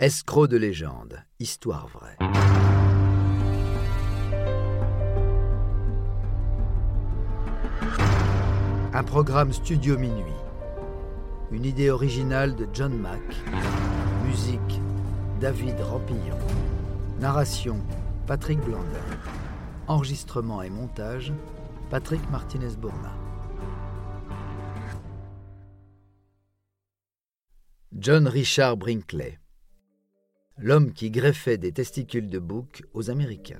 Escroc de légende, histoire vraie. Un programme Studio Minuit. Une idée originale de John Mack. Musique, David Rampillon. Narration, Patrick Blandin. Enregistrement et montage, Patrick Martinez-Bourna. John Richard Brinkley. L'homme qui greffait des testicules de bouc aux Américains.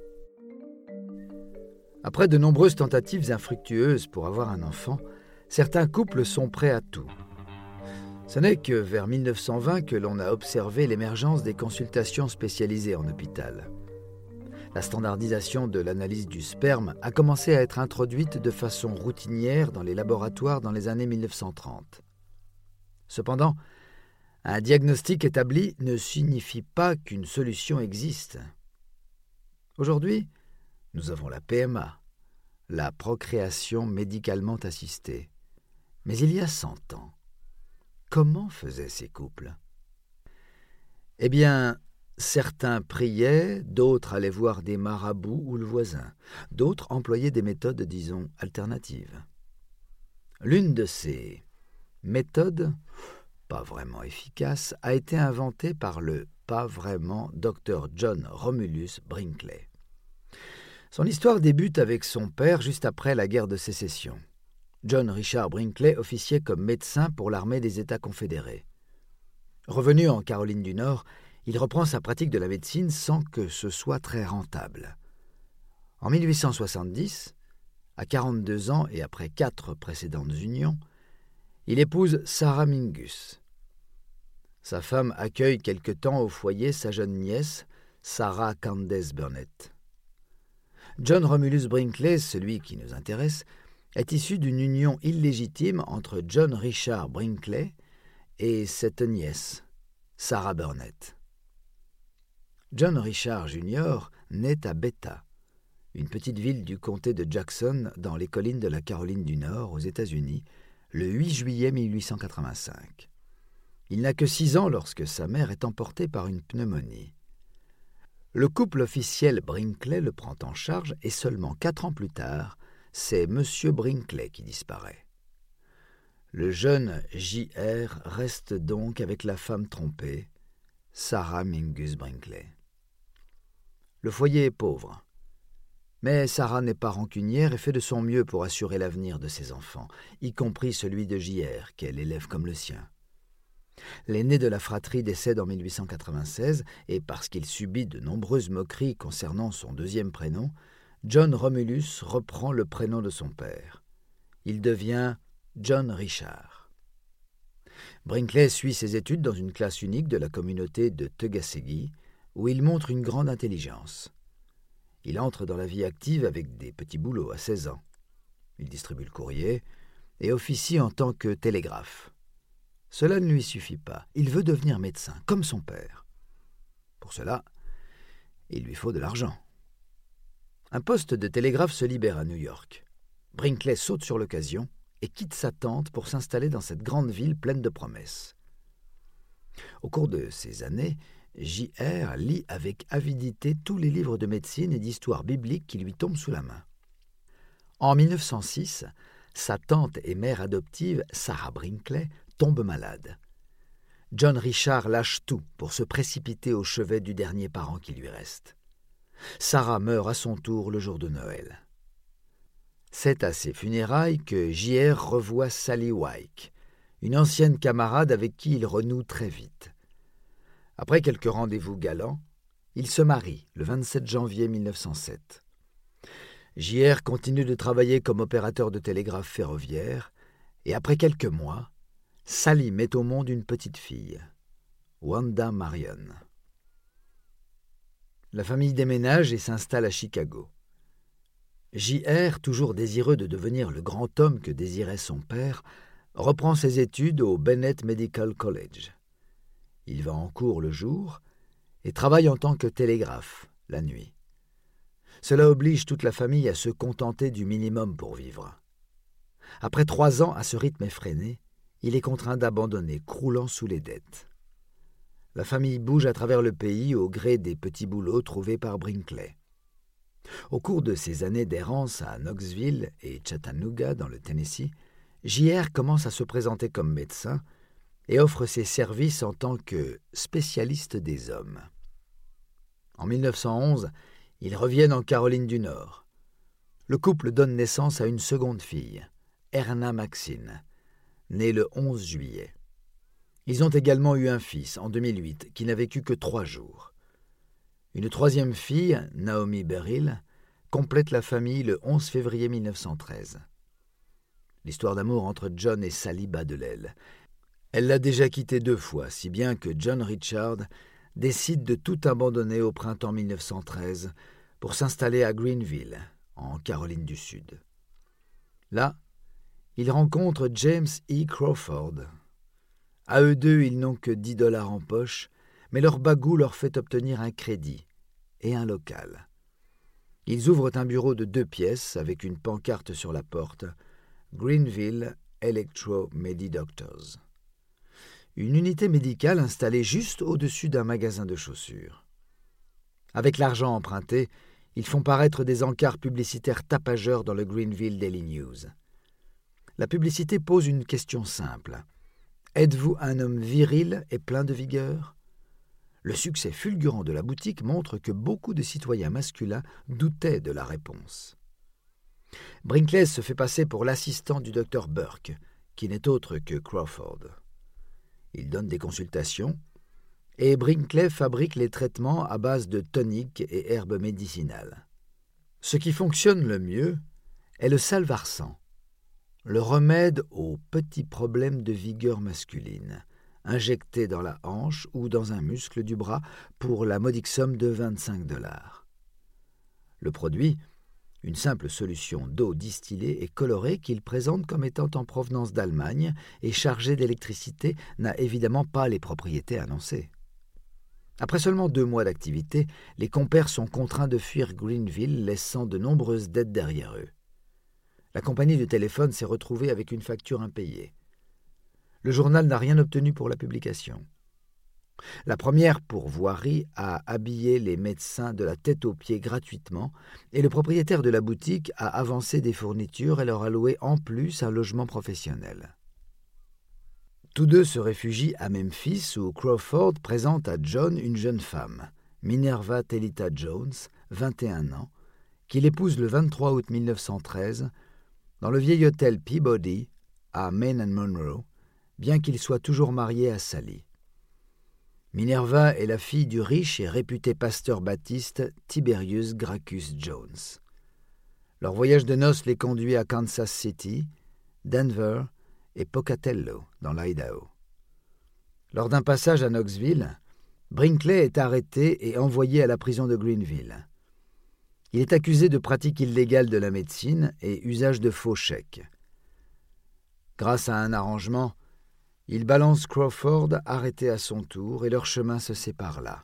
Après de nombreuses tentatives infructueuses pour avoir un enfant, certains couples sont prêts à tout. Ce n'est que vers 1920 que l'on a observé l'émergence des consultations spécialisées en hôpital. La standardisation de l'analyse du sperme a commencé à être introduite de façon routinière dans les laboratoires dans les années 1930. Cependant, un diagnostic établi ne signifie pas qu'une solution existe. Aujourd'hui, nous avons la PMA, la procréation médicalement assistée. Mais il y a 100 ans, comment faisaient ces couples ? Eh bien, certains priaient, d'autres allaient voir des marabouts ou le voisin, d'autres employaient des méthodes, disons, alternatives. L'une de ces méthodes, pas vraiment efficace, a été inventée par le pas vraiment Dr John Romulus Brinkley. Son histoire débute avec son père juste après la guerre de sécession. John Richard Brinkley officiait comme médecin pour l'armée des États confédérés. Revenu en Caroline du Nord, il reprend sa pratique de la médecine sans que ce soit très rentable. En 1870, à 42 ans et après 4 précédentes unions, il épouse Sarah Mingus. Sa femme accueille quelque temps au foyer sa jeune nièce, Sarah Candace Burnett. John Romulus Brinkley, celui qui nous intéresse, est issu d'une union illégitime entre John Richard Brinkley et cette nièce, Sarah Burnett. John Richard Jr. naît à Beta, une petite ville du comté de Jackson dans les collines de la Caroline du Nord aux États-Unis, le 8 juillet 1885. Il n'a que 6 ans lorsque sa mère est emportée par une pneumonie. Le couple officiel Brinkley le prend en charge et seulement 4 ans plus tard, c'est M. Brinkley qui disparaît. Le jeune J.R. reste donc avec la femme trompée, Sarah Mingus Brinkley. Le foyer est pauvre. Mais Sarah n'est pas rancunière et fait de son mieux pour assurer l'avenir de ses enfants, y compris celui de J.R., qu'elle élève comme le sien. L'aîné de la fratrie décède en 1896 et parce qu'il subit de nombreuses moqueries concernant son deuxième prénom, John Romulus reprend le prénom de son père. Il devient John Richard. Brinkley suit ses études dans une classe unique de la communauté de Tuckasegee, où il montre une grande intelligence. Il entre dans la vie active avec des petits boulots à 16 ans. Il distribue le courrier et officie en tant que télégraphe. Cela ne lui suffit pas. Il veut devenir médecin, comme son père. Pour cela, il lui faut de l'argent. Un poste de télégraphe se libère à New York. Brinkley saute sur l'occasion et quitte sa tante pour s'installer dans cette grande ville pleine de promesses. Au cours de ces années, J.R. lit avec avidité tous les livres de médecine et d'histoire biblique qui lui tombent sous la main. En 1906, sa tante et mère adoptive, Sarah Brinkley, tombe malade. John Richard lâche tout pour se précipiter au chevet du dernier parent qui lui reste. Sarah meurt à son tour le jour de Noël. C'est à ses funérailles que J.R. revoit Sally Wyke, une ancienne camarade avec qui il renoue très vite. Après quelques rendez-vous galants, il se marie le 27 janvier 1907. J.R. continue de travailler comme opérateur de télégraphe ferroviaire et après quelques mois, Sally met au monde une petite fille, Wanda Marion. La famille déménage et s'installe à Chicago. J.R., toujours désireux de devenir le grand homme que désirait son père, reprend ses études au Bennett Medical College. Il va en cours le jour et travaille en tant que télégraphe la nuit. Cela oblige toute la famille à se contenter du minimum pour vivre. Après 3 ans à ce rythme effréné, il est contraint d'abandonner, croulant sous les dettes. La famille bouge à travers le pays au gré des petits boulots trouvés par Brinkley. Au cours de ses années d'errance à Knoxville et Chattanooga dans le Tennessee, J.R. commence à se présenter comme médecin et offre ses services en tant que spécialiste des hommes. En 1911, ils reviennent en Caroline du Nord. Le couple donne naissance à une seconde fille, Erna Maxine, née le 11 juillet. Ils ont également eu un fils, en 2008, qui n'a vécu que 3 jours. Une troisième fille, Naomi Beryl, complète la famille le 11 février 1913. L'histoire d'amour entre John et Sally bat de l'aile. Elle l'a déjà quitté 2 fois, si bien que John Richard décide de tout abandonner au printemps 1913 pour s'installer à Greenville, en Caroline du Sud. Là, il rencontre James E. Crawford. À eux deux, ils n'ont que $10 en poche, mais leur bagout leur fait obtenir un crédit et un local. Ils ouvrent un bureau de 2 pièces avec une pancarte sur la porte « Greenville Electro-Medi-Doctors ». Une unité médicale installée juste au-dessus d'un magasin de chaussures. Avec l'argent emprunté, ils font paraître des encarts publicitaires tapageurs dans le Greenville Daily News. La publicité pose une question simple. Êtes-vous un homme viril et plein de vigueur ? Le succès fulgurant de la boutique montre que beaucoup de citoyens masculins doutaient de la réponse. Brinkley se fait passer pour l'assistant du docteur Burke, qui n'est autre que Crawford. Il donne des consultations, et Brinkley fabrique les traitements à base de toniques et herbes médicinales. Ce qui fonctionne le mieux est le salvarsan, le remède aux petits problèmes de vigueur masculine, injecté dans la hanche ou dans un muscle du bras pour la modique somme de $25. Le produit, une simple solution d'eau distillée et colorée qu'il présente comme étant en provenance d'Allemagne et chargée d'électricité, n'a évidemment pas les propriétés annoncées. Après seulement 2 mois d'activité, les compères sont contraints de fuir Greenville, laissant de nombreuses dettes derrière eux. La compagnie de téléphone s'est retrouvée avec une facture impayée. Le journal n'a rien obtenu pour la publication. La première pourvoirie a habillé les médecins de la tête aux pieds gratuitement et le propriétaire de la boutique a avancé des fournitures et leur a loué en plus un logement professionnel. Tous deux se réfugient à Memphis où Crawford présente à John une jeune femme, Minerva Tellita Jones, 21 ans, qu'il épouse le 23 août 1913 dans le vieil hôtel Peabody à Main and Monroe, bien qu'il soit toujours marié à Sally. Minerva est la fille du riche et réputé pasteur baptiste Tiberius Gracchus Jones. Leur voyage de noces les conduit à Kansas City, Denver et Pocatello, dans l'Idaho. Lors d'un passage à Knoxville, Brinkley est arrêté et envoyé à la prison de Greenville. Il est accusé de pratique illégale de la médecine et usage de faux chèques. Grâce à un arrangement, il balance Crawford, arrêté à son tour, et leur chemin se sépare là.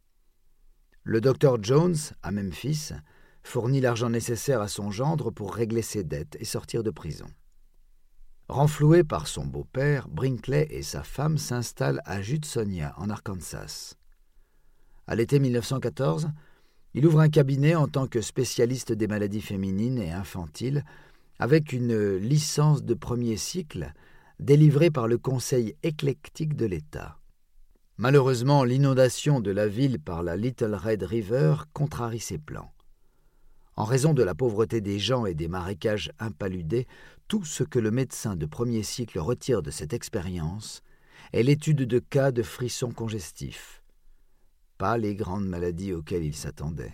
Le docteur Jones, à Memphis, fournit l'argent nécessaire à son gendre pour régler ses dettes et sortir de prison. Renfloué par son beau-père, Brinkley et sa femme s'installent à Judsonia, en Arkansas. À l'été 1914, il ouvre un cabinet en tant que spécialiste des maladies féminines et infantiles, avec une licence de 1er cycle délivrée par le Conseil éclectique de l'État. Malheureusement, l'inondation de la ville par la Little Red River contrarie ses plans. En raison de la pauvreté des gens et des marécages impaludés, tout ce que le médecin de 1er cycle retire de cette expérience est l'étude de cas de frissons congestifs, pas les grandes maladies auxquelles il s'attendait.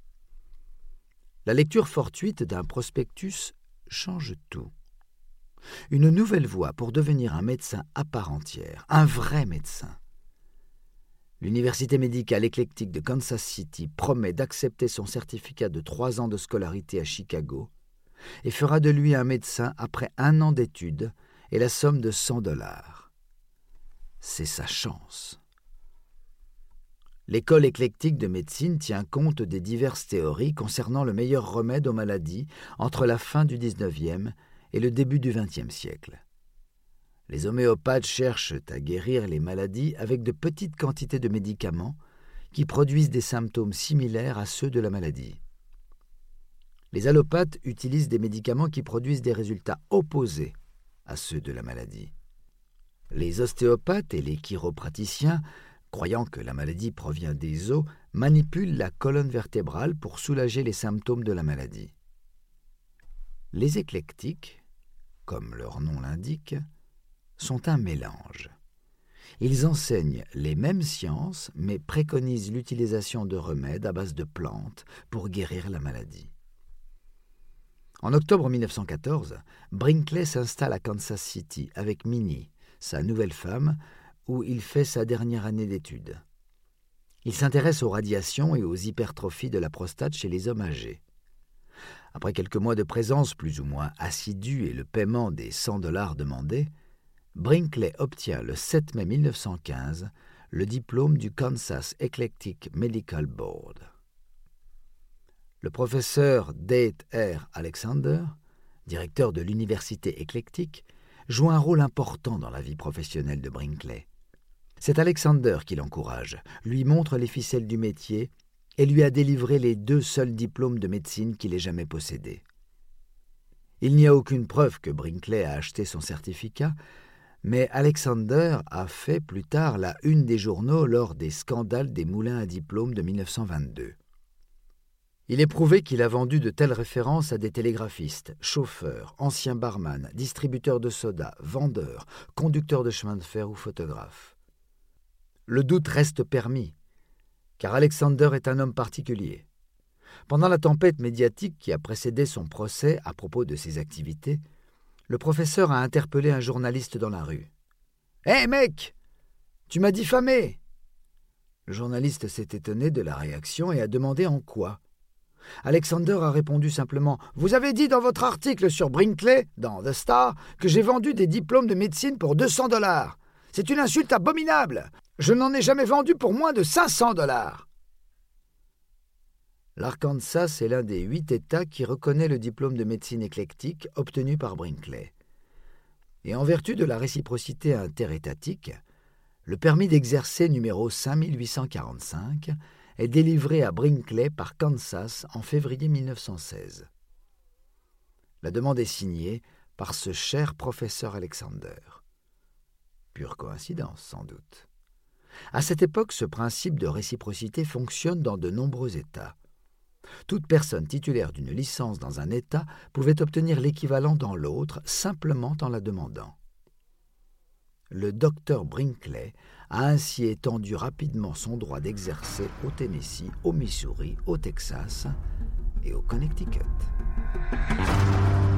La lecture fortuite d'un prospectus change tout. Une nouvelle voie pour devenir un médecin à part entière, un vrai médecin. L'Université médicale éclectique de Kansas City promet d'accepter son certificat de 3 ans de scolarité à Chicago et fera de lui un médecin après 1 an d'études et la somme de $100. C'est sa chance. L'école éclectique de médecine tient compte des diverses théories concernant le meilleur remède aux maladies entre la fin du XIXe et le début du XXe siècle. Les homéopathes cherchent à guérir les maladies avec de petites quantités de médicaments qui produisent des symptômes similaires à ceux de la maladie. Les allopathes utilisent des médicaments qui produisent des résultats opposés à ceux de la maladie. Les ostéopathes et les chiropraticiens, croyant que la maladie provient des os, manipulent la colonne vertébrale pour soulager les symptômes de la maladie. Les éclectiques, comme leur nom l'indique, sont un mélange. Ils enseignent les mêmes sciences, mais préconisent l'utilisation de remèdes à base de plantes pour guérir la maladie. En octobre 1914, Brinkley s'installe à Kansas City avec Minnie, sa nouvelle femme, où il fait sa dernière année d'études. Il s'intéresse aux radiations et aux hypertrophies de la prostate chez les hommes âgés. Après quelques mois de présence plus ou moins assidue et le paiement des $100 demandés, Brinkley obtient le 7 mai 1915 le diplôme du Kansas Eclectic Medical Board. Le professeur Date R. Alexander, directeur de l'université éclectique, joue un rôle important dans la vie professionnelle de Brinkley. C'est Alexander qui l'encourage, lui montre les ficelles du métier et lui a délivré les 2 seuls diplômes de médecine qu'il ait jamais possédés. Il n'y a aucune preuve que Brinkley a acheté son certificat, mais Alexander a fait plus tard la une des journaux lors des scandales des moulins à diplôme de 1922. Il est prouvé qu'il a vendu de telles références à des télégraphistes, chauffeurs, anciens barman, distributeurs de soda, vendeurs, conducteurs de chemin de fer ou photographes. Le doute reste permis, car Alexander est un homme particulier. Pendant la tempête médiatique qui a précédé son procès à propos de ses activités, le professeur a interpellé un journaliste dans la rue. « Hé, mec, tu m'as diffamé !» Le journaliste s'est étonné de la réaction et a demandé en quoi. Alexander a répondu simplement « Vous avez dit dans votre article sur Brinkley, dans The Star, que j'ai vendu des diplômes de médecine pour $200. C'est une insulte abominable. Je n'en ai jamais vendu pour moins de $500. » L'Arkansas est l'un des 8 États qui reconnaît le diplôme de médecine éclectique obtenu par Brinkley. Et en vertu de la réciprocité interétatique, le permis d'exercer numéro 5845 est délivré à Brinkley par Kansas en février 1916. La demande est signée par ce cher professeur Alexander. Pure coïncidence, sans doute. À cette époque, ce principe de réciprocité fonctionne dans de nombreux États. Toute personne titulaire d'une licence dans un État pouvait obtenir l'équivalent dans l'autre simplement en la demandant. Le docteur Brinkley a ainsi étendu rapidement son droit d'exercer au Tennessee, au Missouri, au Texas et au Connecticut.